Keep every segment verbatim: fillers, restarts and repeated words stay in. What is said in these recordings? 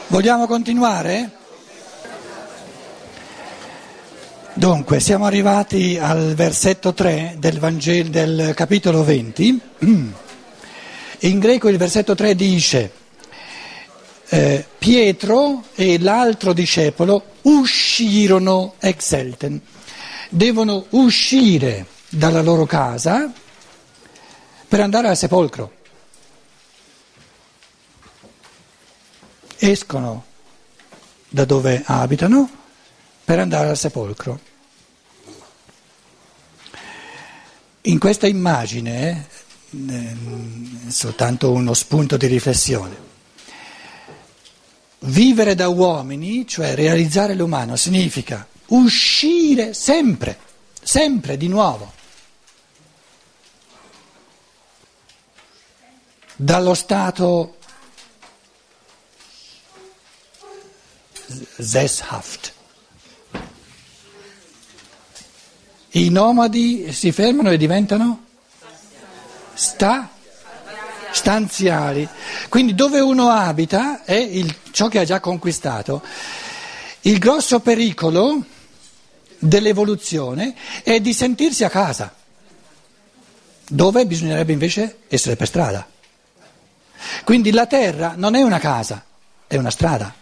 Vogliamo continuare? Dunque, siamo arrivati al versetto tre del Vangelo del capitolo venti. In greco il versetto tre dice: eh, Pietro e l'altro discepolo uscirono ex elten. Devono uscire dalla loro casa per andare al sepolcro. Escono da dove abitano per andare al sepolcro. In questa immagine, eh, soltanto uno spunto di riflessione, vivere da uomini, cioè realizzare l'umano, significa uscire sempre, sempre di nuovo, dallo stato sesshaft. I nomadi si fermano e diventano sta, stanziali. Quindi dove uno abita è il, ciò che ha già conquistato. Il grosso pericolo dell'evoluzione è di sentirsi a casa, dove bisognerebbe invece essere per strada. Quindi la terra non è una casa, è una strada.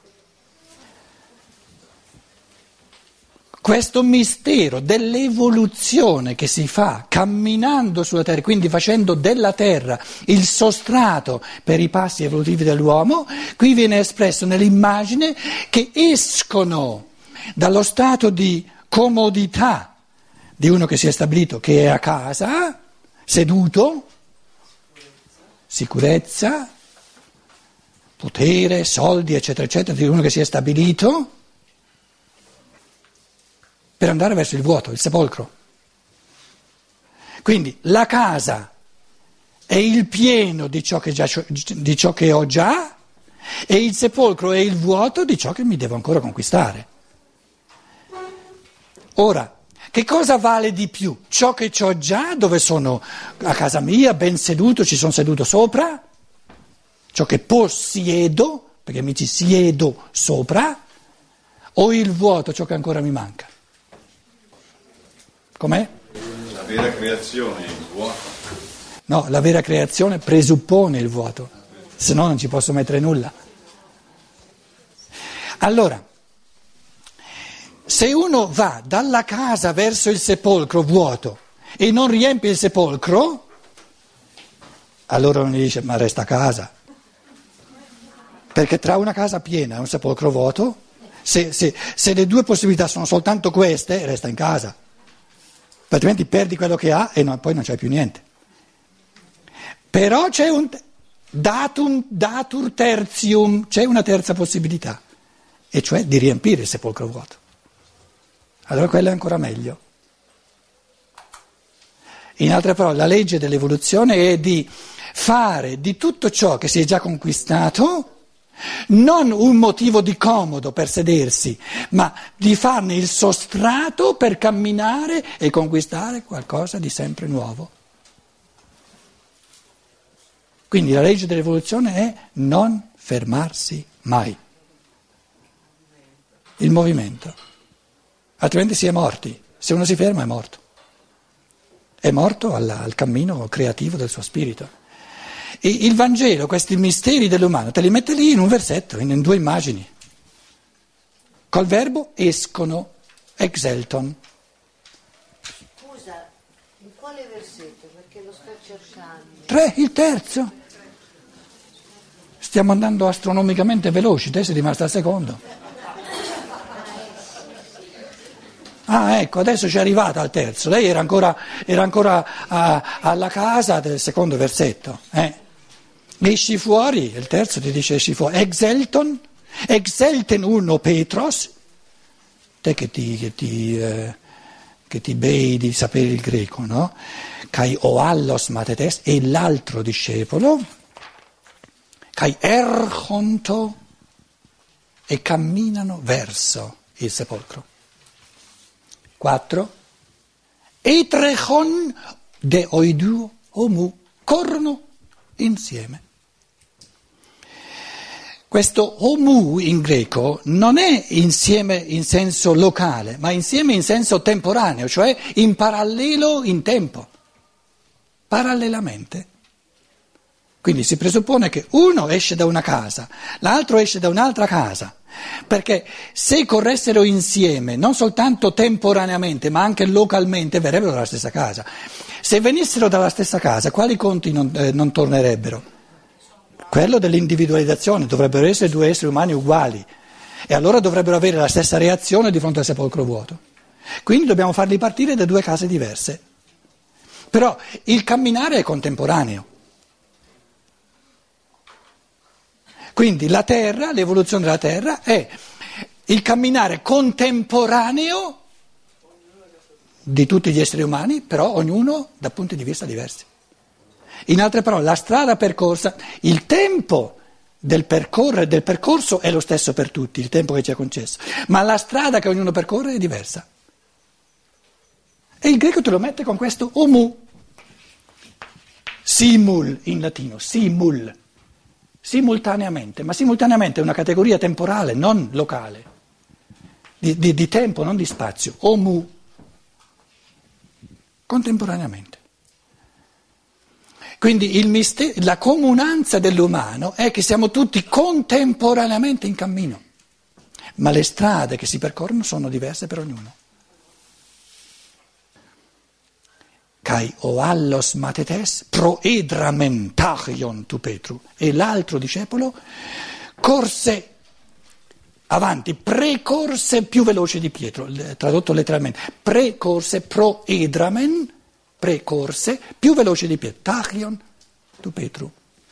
Questo mistero dell'evoluzione che si fa camminando sulla terra, quindi facendo della terra il sostrato per i passi evolutivi dell'uomo, qui viene espresso nell'immagine che escono dallo stato di comodità di uno che si è stabilito, che è a casa, seduto, sicurezza, potere, soldi, eccetera, eccetera, di uno che si è stabilito, per andare verso il vuoto, il sepolcro. Quindi la casa è il pieno di ciò che, già, di ciò che ho già e il sepolcro è il vuoto di ciò che mi devo ancora conquistare. Ora, che cosa vale di più? Ciò che ho già, dove sono a casa mia, ben seduto, ci sono seduto sopra, ciò che possiedo, perché mi ci siedo sopra, o il vuoto, ciò che ancora mi manca? Com'è? La vera creazione è il vuoto. No, la vera creazione presuppone il vuoto, se no non ci posso mettere nulla. Allora, se uno va dalla casa verso il sepolcro vuoto e non riempie il sepolcro, allora uno gli dice: ma resta a casa. Perché tra una casa piena e un sepolcro vuoto, se, se, se le due possibilità sono soltanto queste, resta in casa. Altrimenti perdi quello che ha e no, poi non c'è più niente. Però c'è un datum, datur tertium, c'è una terza possibilità, e cioè di riempire il sepolcro vuoto. Allora quello è ancora meglio. In altre parole, la legge dell'evoluzione è di fare di tutto ciò che si è già conquistato non un motivo di comodo per sedersi, ma di farne il sostrato per camminare e conquistare qualcosa di sempre nuovo. Quindi la legge dell'evoluzione è non fermarsi mai. Il movimento. Altrimenti si è morti. Se uno si ferma è morto. È morto al, al cammino creativo del suo spirito. E il Vangelo, questi misteri dell'umano, te li mette lì in un versetto, in, in due immagini. Col verbo escono, ex elton. Scusa, in quale versetto? Perché lo sto cercando. Tre, il terzo. Stiamo andando astronomicamente veloci, te sei rimasto al secondo. Ah, ecco, adesso ci è arrivata al terzo. Lei era ancora, era ancora a, alla casa del secondo versetto, eh? Esci fuori, il terzo ti dice esci fuori, ex elton, ex elten uno Petros, te che ti, che ti, eh, che ti bei di sapere il greco, no? Kai oallos matetes, e l'altro discepolo, kai erchonto, e camminano verso il sepolcro. Quattro, etrechon de oidu homu, corrono insieme. Questo homu in greco non è insieme in senso locale, ma insieme in senso temporaneo, cioè in parallelo in tempo, parallelamente. Quindi si presuppone che uno esce da una casa, l'altro esce da un'altra casa, perché se corressero insieme, non soltanto temporaneamente, ma anche localmente, verrebbero dalla stessa casa. Se venissero dalla stessa casa, quali conti non, eh, non tornerebbero? Quello dell'individualizzazione, dovrebbero essere due esseri umani uguali e allora dovrebbero avere la stessa reazione di fronte al sepolcro vuoto. Quindi dobbiamo farli partire da due case diverse. Però il camminare è contemporaneo. Quindi la Terra, l'evoluzione della Terra è il camminare contemporaneo di tutti gli esseri umani, però ognuno da punti di vista diversi. In altre parole, la strada percorsa, il tempo del percorrere, del percorso è lo stesso per tutti, il tempo che ci è concesso, ma la strada che ognuno percorre è diversa. E il greco te lo mette con questo homu, simul in latino, simul, simultaneamente, ma simultaneamente è una categoria temporale, non locale, di, di, di tempo, non di spazio, homu, contemporaneamente. Quindi il mistero, la comunanza dell'umano è che siamo tutti contemporaneamente in cammino, ma le strade che si percorrono sono diverse per ognuno. Kai oallos matetes proedramen tachyon tu Petru. E l'altro discepolo corse avanti, precorse più veloce di Pietro, tradotto letteralmente, precorse proedramen, precorse più veloce di Pietro, tachyon tu Petru.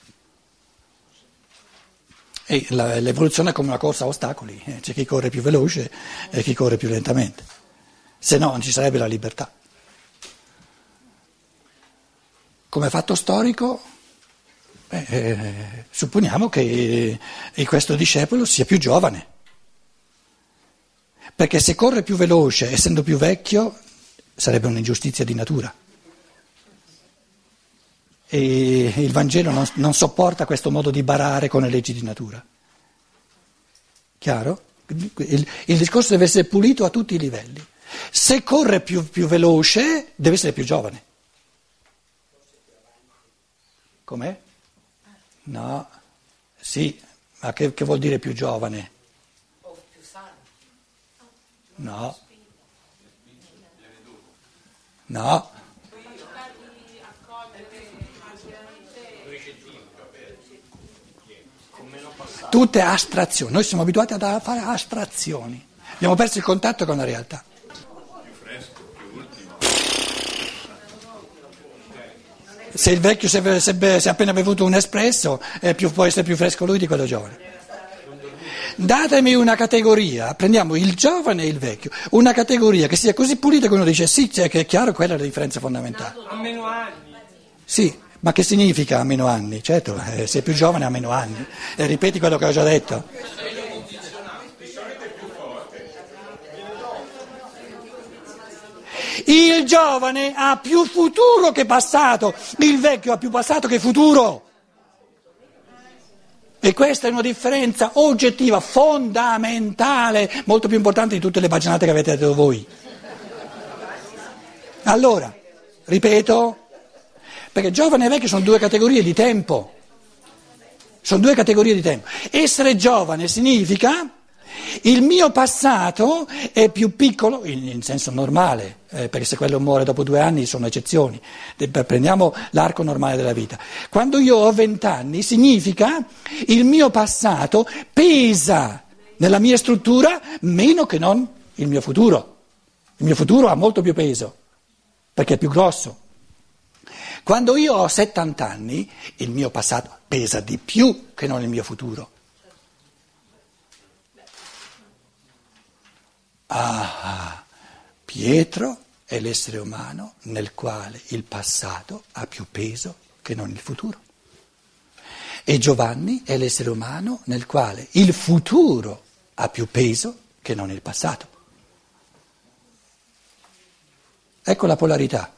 E la, l'evoluzione è come una corsa a ostacoli, eh? C'è chi corre più veloce e chi corre più lentamente, se no non ci sarebbe la libertà. Come fatto storico, eh, eh, supponiamo che eh, questo discepolo sia più giovane, perché se corre più veloce, essendo più vecchio, sarebbe un'ingiustizia di natura. E il Vangelo non, non sopporta questo modo di barare con le leggi di natura. Chiaro? Il, il discorso deve essere pulito a tutti i livelli. Se corre più, più veloce, deve essere più giovane. Com'è? No, sì, ma che, che vuol dire più giovane? O più sano. No, no. Tutte astrazioni, noi siamo abituati a fare astrazioni, abbiamo perso il contatto con la realtà. Se il vecchio si è, si è appena bevuto un espresso, è più, può essere più fresco lui di quello giovane. Datemi una categoria, prendiamo il giovane e il vecchio, una categoria che sia così pulita che uno dice sì, cioè, che è chiaro, quella è la differenza fondamentale. A meno anni. Sì, ma che significa a meno anni? Certo, eh, sei più giovane a meno anni. E ripeti quello che ho già detto. Il giovane ha più futuro che passato, il vecchio ha più passato che futuro. E questa è una differenza oggettiva, fondamentale, molto più importante di tutte le baggianate che avete detto voi. Allora, ripeto, perché giovane e vecchio sono due categorie di tempo. Sono due categorie di tempo. Essere giovane significa il mio passato è più piccolo, in, in senso normale, eh, perché se quello muore dopo due anni sono eccezioni. Prendiamo l'arco normale della vita. Quando io ho vent'anni significa il mio passato pesa nella mia struttura meno che non il mio futuro. Il mio futuro ha molto più peso, perché è più grosso. Quando io ho settanta anni, il mio passato pesa di più che non il mio futuro. Ah, Pietro è l'essere umano nel quale il passato ha più peso che non il futuro. E Giovanni è l'essere umano nel quale il futuro ha più peso che non il passato. Ecco la polarità.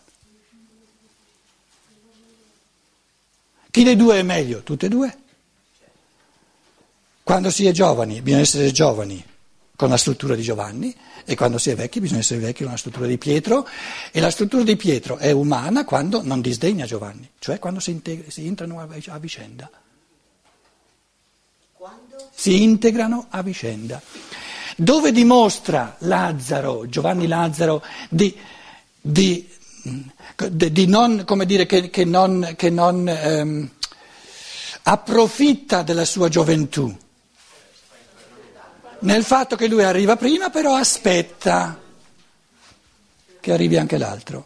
Chi dei due è meglio? Tutte e due? Quando si è giovani bisogna essere giovani con la struttura di Giovanni e quando si è vecchi bisogna essere vecchi con la struttura di Pietro, e la struttura di Pietro è umana quando non disdegna Giovanni, cioè quando si, integra, si integrano a vicenda. Quando? Si integrano a vicenda. Dove dimostra Lazzaro, Giovanni Lazzaro, di, di, di non, come dire, che, che non, che non ehm, approfitta della sua gioventù? Nel fatto che lui arriva prima, però aspetta che arrivi anche l'altro.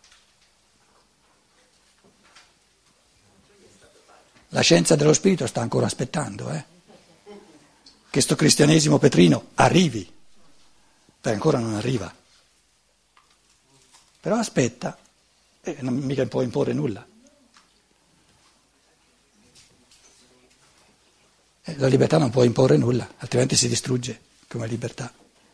La scienza dello spirito sta ancora aspettando, eh? Che sto cristianesimo petrino arrivi, perché ancora non arriva. Però aspetta, e non mica può imporre nulla. La libertà non può imporre nulla, altrimenti si distrugge come libertà.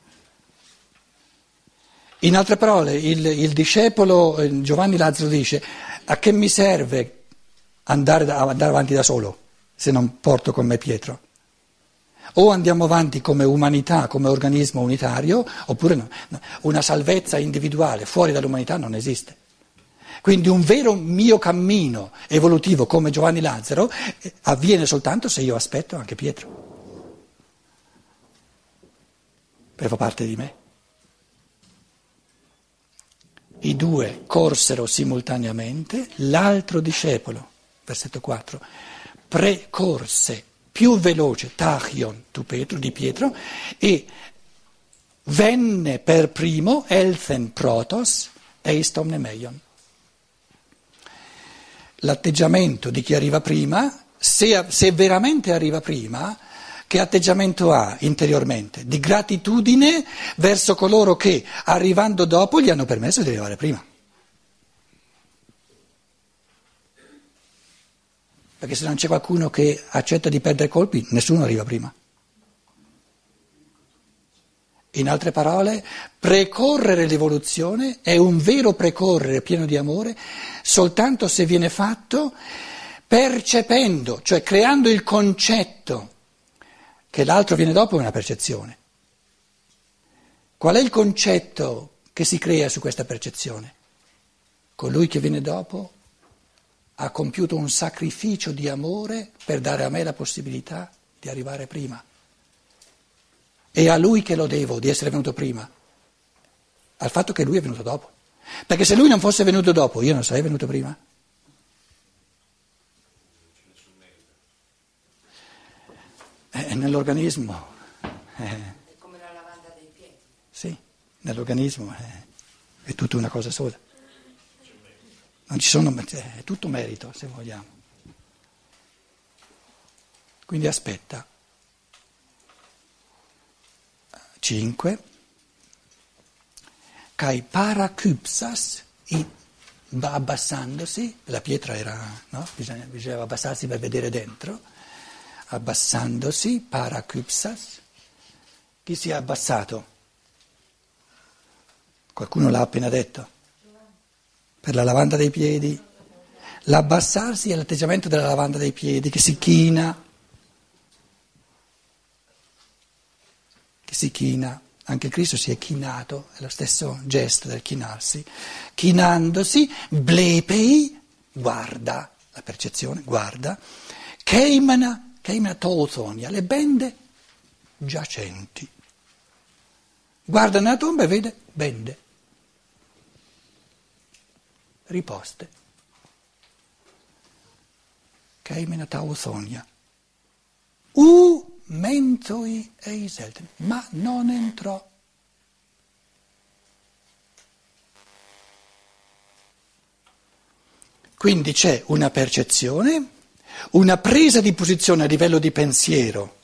In altre parole, il, il discepolo Giovanni Lazzaro dice: a che mi serve andare, da, andare avanti da solo se non porto con me Pietro? O andiamo avanti come umanità, come organismo unitario, oppure no. Una salvezza individuale fuori dall'umanità non esiste. Quindi un vero mio cammino evolutivo come Giovanni Lazzaro avviene soltanto se io aspetto anche Pietro, perché fa parte di me. I due corsero simultaneamente, l'altro discepolo, versetto quattro, precorse più veloce, tachion tu Pietro, di Pietro, e venne per primo elthen protos eistom nemeion. L'atteggiamento di chi arriva prima, se, se veramente arriva prima, che atteggiamento ha interiormente? Di gratitudine verso coloro che, arrivando dopo, gli hanno permesso di arrivare prima. Perché se non c'è qualcuno che accetta di perdere colpi, nessuno arriva prima. In altre parole, precorrere l'evoluzione è un vero precorrere pieno di amore soltanto se viene fatto percependo, cioè creando il concetto che l'altro viene dopo, è una percezione. Qual è il concetto che si crea su questa percezione? Colui che viene dopo ha compiuto un sacrificio di amore per dare a me la possibilità di arrivare prima. È a lui che lo devo di essere venuto prima, al fatto che lui è venuto dopo. Perché se lui non fosse venuto dopo, io non sarei venuto prima. Eh, nell'organismo. Eh, È come la lavanda dei piedi. sì, nell'organismo eh, è tutta una cosa sola. Non ci sono, è tutto merito, se vogliamo. Quindi aspetta. cinque. Kai parakypsas, abbassandosi, la pietra era, no? Bisogna, bisognava abbassarsi per vedere dentro, abbassandosi, parakypsas. Chi si è abbassato? Qualcuno l'ha appena detto. Per la lavanda dei piedi. L'abbassarsi è l'atteggiamento della lavanda dei piedi, che si china. Che si china. Anche Cristo si è chinato, è lo stesso gesto del chinarsi. Chinandosi, blepei, guarda, la percezione, guarda. Keimana, keimana tothonia, le bende giacenti. Guarda nella tomba e vede bende. Riposte. Keimana tothonia. U mentoi eiselten, ma non entrò. Quindi c'è una percezione, una presa di posizione a livello di pensiero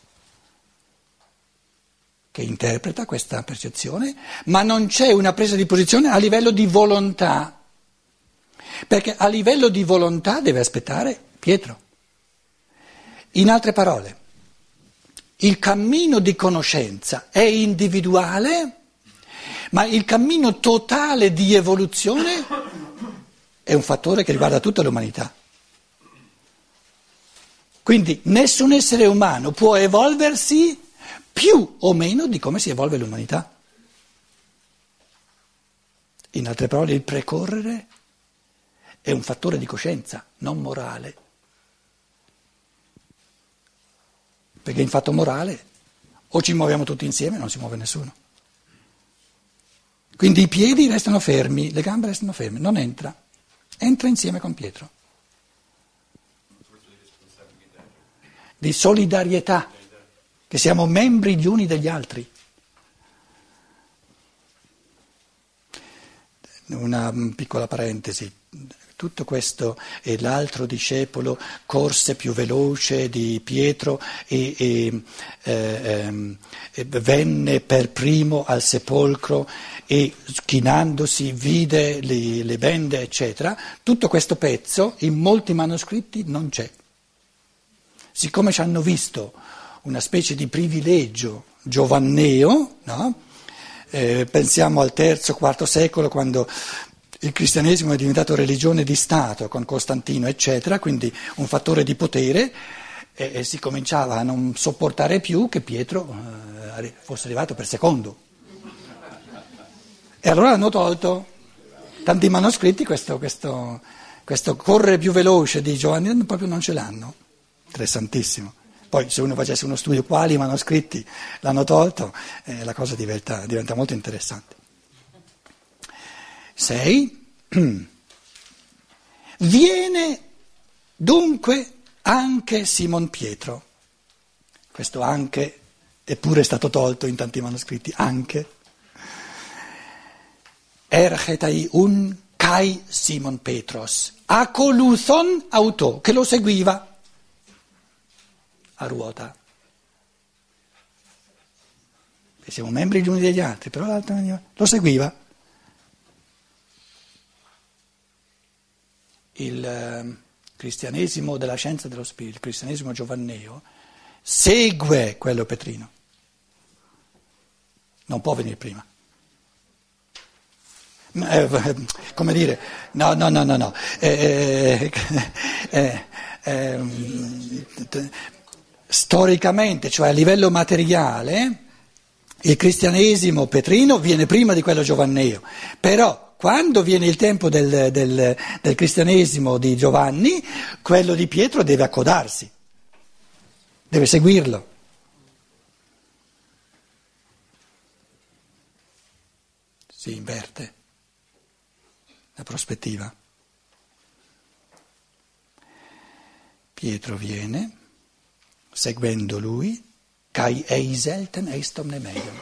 che interpreta questa percezione, ma non c'è una presa di posizione a livello di volontà, perché a livello di volontà deve aspettare Pietro. In altre parole, il cammino di conoscenza è individuale, ma il cammino totale di evoluzione è un fattore che riguarda tutta l'umanità. Quindi nessun essere umano può evolversi più o meno di come si evolve l'umanità. In altre parole, il precorrere è un fattore di coscienza, non morale. Perché in fatto morale o ci muoviamo tutti insieme o non si muove nessuno. Quindi i piedi restano fermi, le gambe restano ferme, non entra. Entra insieme con Pietro. Di solidarietà, che siamo membri gli uni degli altri. Una piccola parentesi, tutto questo e l'altro discepolo corse più veloce di Pietro e, e, eh, e venne per primo al sepolcro e chinandosi vide le, le bende eccetera. Tutto questo pezzo in molti manoscritti non c'è. Siccome ci hanno visto una specie di privilegio giovanneo, no? Eh, pensiamo al terzo, quarto secolo quando il cristianesimo è diventato religione di Stato con Costantino eccetera, quindi un fattore di potere e, e si cominciava a non sopportare più che Pietro eh, fosse arrivato per secondo. E allora hanno tolto tanti manoscritti, questo, questo, questo correre più veloce di Giovanni proprio non ce l'hanno. Interessantissimo. Poi se uno facesse uno studio quali manoscritti l'hanno tolto, eh, la cosa diventa, diventa molto interessante. Sei. Viene dunque anche Simon Pietro. Questo anche è pure stato tolto in tanti manoscritti, anche. Erchetai un kai Simon Petros, acoluthon auto, che lo seguiva a ruota. E siamo membri gli uni degli altri, però l'altro lo seguiva. Il eh, cristianesimo della scienza dello spirito, il cristianesimo giovanneo, segue quello petrino. Non può venire prima. Eh, come dire, no, no, no, no, no. Eh, eh, eh, eh, storicamente, cioè a livello materiale, il cristianesimo petrino viene prima di quello giovanneo, però quando viene il tempo del, del, del cristianesimo di Giovanni, quello di Pietro deve accodarsi, deve seguirlo. Si inverte la prospettiva. Pietro viene, seguendo lui, kai eiselten eistom nemeion.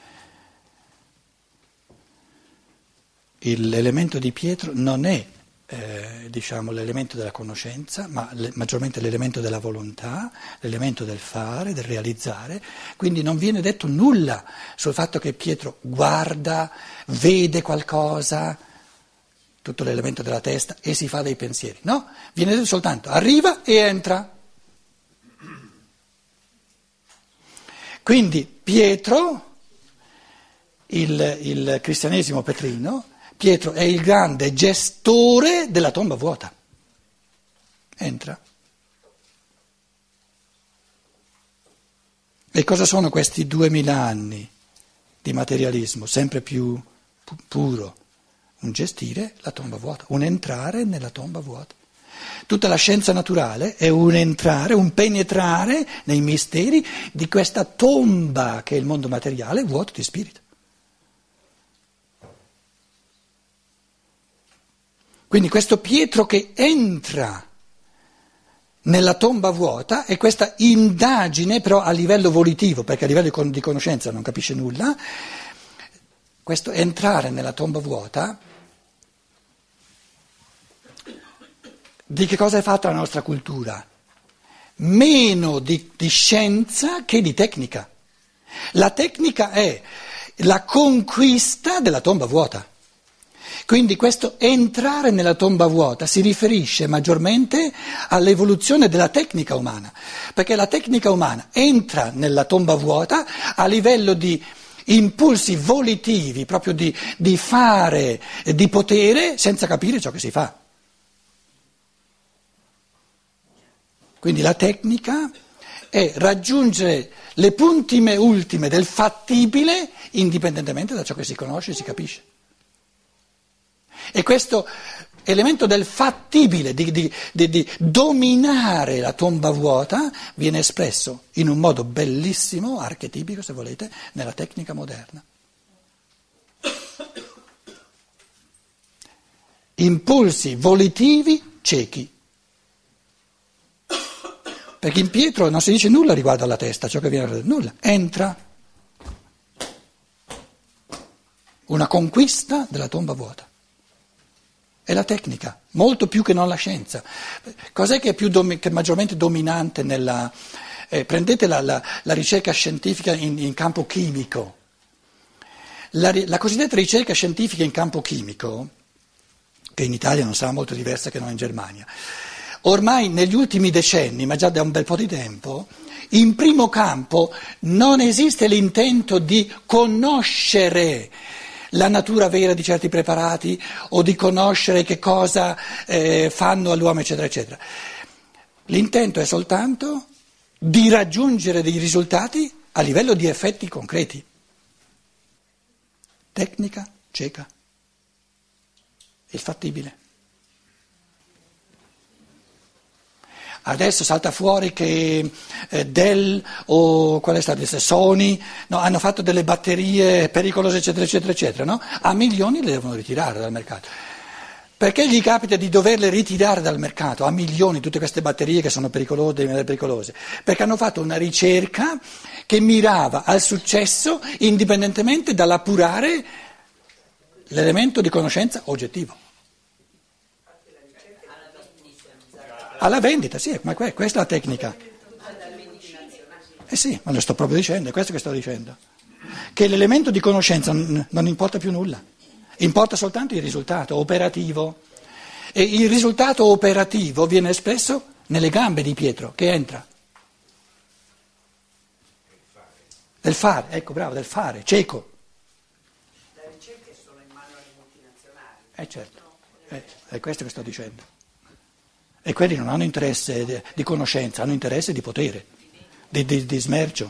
L'elemento di Pietro non è eh, diciamo, l'elemento della conoscenza, ma le, maggiormente l'elemento della volontà, l'elemento del fare, del realizzare, quindi non viene detto nulla sul fatto che Pietro guarda, vede qualcosa, tutto l'elemento della testa e si fa dei pensieri, no, viene detto soltanto arriva e entra. Quindi Pietro, il, il cristianesimo petrino, Pietro è il grande gestore della tomba vuota. Entra. E cosa sono questi duemila anni di materialismo, sempre più pu- puro? Un gestire la tomba vuota, un entrare nella tomba vuota. Tutta la scienza naturale è un entrare, un penetrare nei misteri di questa tomba che è il mondo materiale vuoto di spirito. Quindi questo Pietro che entra nella tomba vuota è questa indagine però a livello volitivo, perché a livello di conoscenza non capisce nulla, questo entrare nella tomba vuota. Di che cosa è fatta la nostra cultura? Meno di, di scienza che di tecnica. La tecnica è la conquista della tomba vuota. Quindi questo entrare nella tomba vuota si riferisce maggiormente all'evoluzione della tecnica umana, perché la tecnica umana entra nella tomba vuota a livello di impulsi volitivi, proprio di, di fare, di potere, senza capire ciò che si fa. Quindi la tecnica è raggiungere le puntime ultime del fattibile indipendentemente da ciò che si conosce e si capisce. E questo elemento del fattibile, di, di, di, di dominare la tomba vuota, viene espresso in un modo bellissimo, archetipico se volete, nella tecnica moderna. Impulsi volitivi ciechi. Perché in Pietro non si dice nulla riguardo alla testa, ciò che viene nulla. Entra una conquista della tomba vuota. È la tecnica, molto più che non la scienza. Cos'è che è più domi- che è maggiormente dominante nella... Eh, prendete la, la, la ricerca scientifica in, in campo chimico. La, la cosiddetta ricerca scientifica in campo chimico, che in Italia non sarà molto diversa che non in Germania, ormai negli ultimi decenni, ma già da un bel po' di tempo, in primo campo non esiste l'intento di conoscere la natura vera di certi preparati o di conoscere che cosa eh, fanno all'uomo, eccetera, eccetera. L'intento è soltanto di raggiungere dei risultati a livello di effetti concreti. Tecnica cieca. Il fattibile. Adesso salta fuori che eh, Dell o qual è stato Sony no, hanno fatto delle batterie pericolose eccetera eccetera eccetera, no? A milioni le devono ritirare dal mercato. Perché gli capita di doverle ritirare dal mercato a milioni tutte queste batterie che sono pericolose, pericolose? Perché hanno fatto una ricerca che mirava al successo indipendentemente dall'appurare l'elemento di conoscenza oggettivo. Alla vendita, sì, ma questa è la tecnica. Eh sì, ma lo sto proprio dicendo, è questo che sto dicendo. Che l'elemento di conoscenza non importa più nulla, importa soltanto il risultato operativo. E il risultato operativo viene espresso nelle gambe di Pietro, che entra. Del fare, ecco, bravo, del fare, cieco. Le ricerche sono in mano alle multinazionali. Eh certo, eh, è questo che sto dicendo. E quelli non hanno interesse di conoscenza, hanno interesse di potere, di, di, di smercio.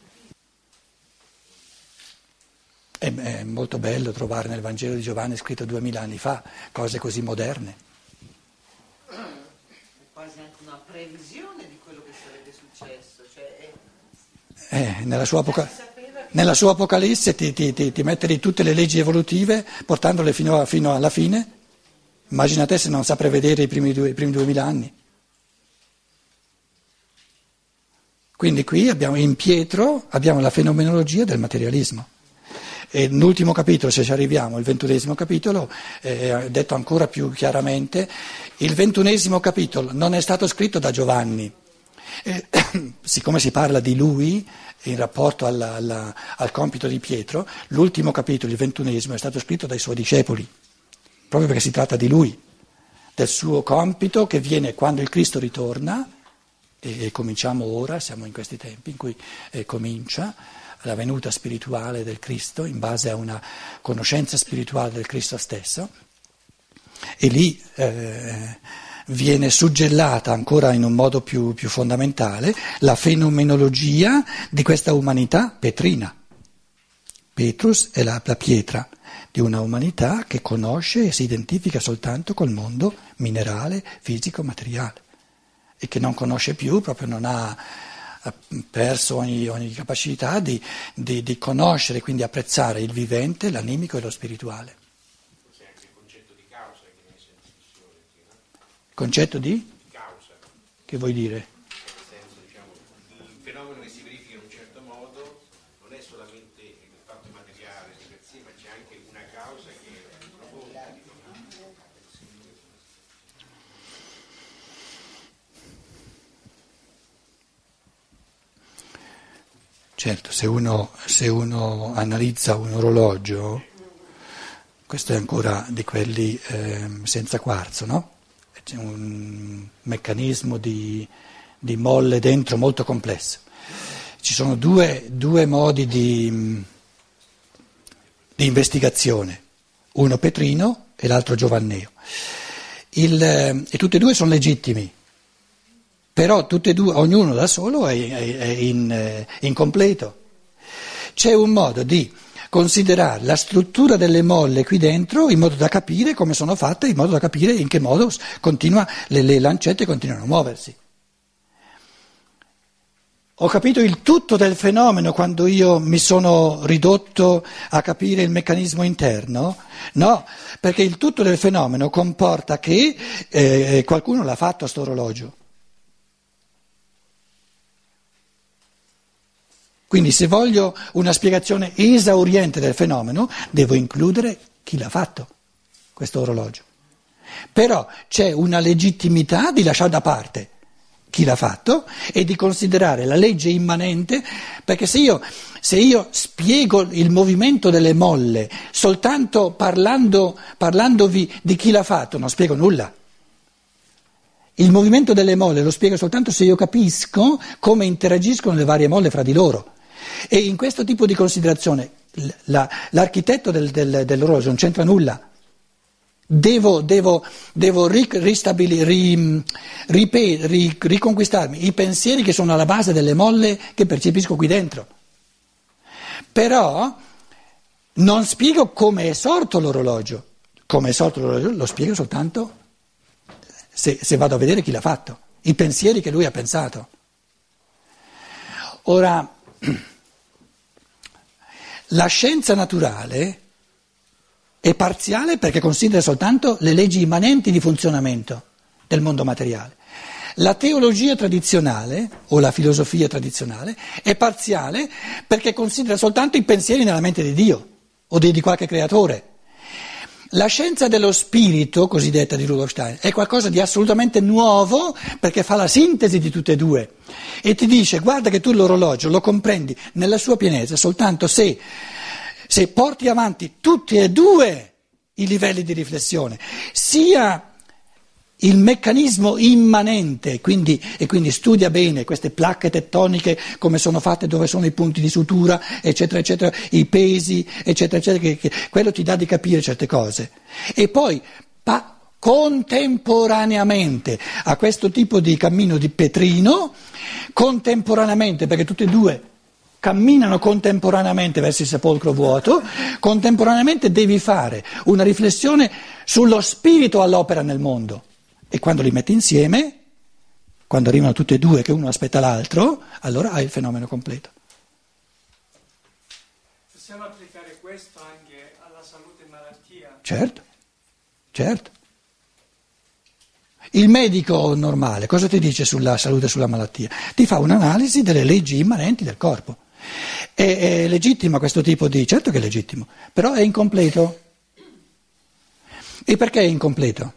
È, è molto bello trovare nel Vangelo di Giovanni, scritto duemila anni fa, cose così moderne. È quasi anche una previsione di quello che sarebbe successo. Cioè è... eh, nella, sua apoca- nella sua Apocalisse ti, ti, ti, ti mette lì tutte le leggi evolutive, portandole fino, a, fino alla fine. Immagina te se non sa prevedere i primi, due, i primi duemila anni. Quindi qui abbiamo in Pietro abbiamo la fenomenologia del materialismo. E l'ultimo capitolo, se ci arriviamo, il ventunesimo capitolo, è detto ancora più chiaramente, il ventunesimo capitolo non è stato scritto da Giovanni. Eh, siccome si parla di lui in rapporto alla, alla, al compito di Pietro, l'ultimo capitolo, il ventunesimo, è stato scritto dai suoi discepoli. Proprio perché si tratta di lui, del suo compito che viene quando il Cristo ritorna, e cominciamo ora, siamo in questi tempi in cui eh, comincia la venuta spirituale del Cristo in base a una conoscenza spirituale del Cristo stesso, e lì eh, viene suggellata ancora in un modo più, più fondamentale la fenomenologia di questa umanità petrina. Petrus è la, la pietra di una umanità che conosce e si identifica soltanto col mondo minerale, fisico, materiale, e che non conosce più, proprio non ha perso ogni, ogni capacità di, di, di conoscere, quindi apprezzare il vivente, l'animico e lo spirituale. C'è anche il concetto di causa che viene messo in discussione. No? Concetto di? Di causa. Che vuoi dire? Nel senso, diciamo, il fenomeno che si verifica in un certo modo non è solamente il fatto materiale di per sé, ma c'è anche una causa che è profonda. Certo, se uno, se uno analizza un orologio, questo è ancora di quelli eh, senza quarzo, no? C'è un meccanismo di, di molle dentro molto complesso. Ci sono due, due modi di, di investigazione, uno petrino e l'altro giovanneo. Il, e tutti e due sono legittimi, però tutte e due, ognuno da solo è, è, è in, è incompleto. C'è un modo di considerare la struttura delle molle qui dentro in modo da capire come sono fatte, in modo da capire in che modo continua, le, le lancette continuano a muoversi. Ho capito il tutto del fenomeno quando io mi sono ridotto a capire il meccanismo interno? No, perché il tutto del fenomeno comporta che eh, qualcuno l'ha fatto a sto orologio. Quindi se voglio una spiegazione esauriente del fenomeno, devo includere chi l'ha fatto, questo orologio. Però c'è una legittimità di lasciare da parte chi l'ha fatto e di considerare la legge immanente, perché se io, se io spiego il movimento delle molle soltanto parlando, parlandovi di chi l'ha fatto, non spiego nulla. Il movimento delle molle lo spiego soltanto se io capisco come interagiscono le varie molle fra di loro. E in questo tipo di considerazione la, l'architetto del, del, dell'orologio non c'entra nulla. Devo, devo, devo ristabilire, ri, ripe, ri, riconquistarmi i pensieri che sono alla base delle molle che percepisco qui dentro. Però non spiego come è sorto l'orologio. Come è sorto l'orologio lo spiego soltanto se, se vado a vedere chi l'ha fatto, i pensieri che lui ha pensato. Ora, la scienza naturale è parziale perché considera soltanto le leggi immanenti di funzionamento del mondo materiale. La teologia tradizionale o la filosofia tradizionale è parziale perché considera soltanto i pensieri nella mente di Dio o di, di qualche creatore. La scienza dello spirito, cosiddetta di Rudolf Steiner, è qualcosa di assolutamente nuovo perché fa la sintesi di tutte e due e ti dice guarda che tu l'orologio lo comprendi nella sua pienezza soltanto se... Se porti avanti tutti e due i livelli di riflessione, sia il meccanismo immanente, quindi, e quindi studia bene queste placche tettoniche, come sono fatte, dove sono i punti di sutura, eccetera, eccetera, i pesi, eccetera, eccetera, che, che quello ti dà di capire certe cose. E poi pa- contemporaneamente a questo tipo di cammino di Petrino, contemporaneamente, perché tutti e due camminano contemporaneamente verso il sepolcro vuoto, contemporaneamente devi fare una riflessione sullo spirito all'opera nel mondo e quando li metti insieme, quando arrivano tutti e due che uno aspetta l'altro, allora hai il fenomeno completo. Possiamo applicare questo anche alla salute e malattia? Certo, certo. Il medico normale cosa ti dice sulla salute e sulla malattia? Ti fa un'analisi delle leggi immanenti del corpo. È, è legittimo questo tipo di... Certo che è legittimo, però è incompleto. E perché è incompleto?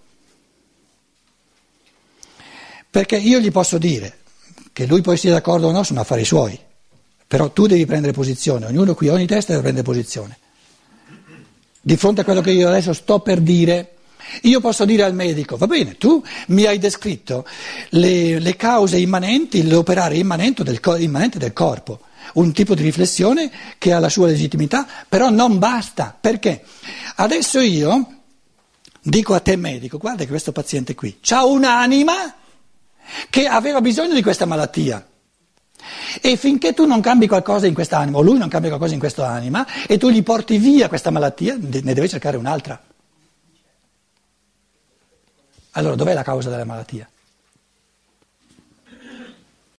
Perché io gli posso dire che lui poi sia d'accordo o no sono affari suoi, però tu devi prendere posizione, ognuno qui, ogni testa deve prendere posizione. Di fronte a quello che io adesso sto per dire, io posso dire al medico, va bene, tu mi hai descritto le, le cause immanenti, l'operare immanente del, immanente del corpo, un tipo di riflessione che ha la sua legittimità, però non basta, perché adesso io dico a te medico, guarda che questo paziente qui c'ha un'anima che aveva bisogno di questa malattia e finché tu non cambi qualcosa in quest'anima o lui non cambia qualcosa in quest'anima e tu gli porti via questa malattia, ne deve cercare un'altra. Allora dov'è la causa della malattia?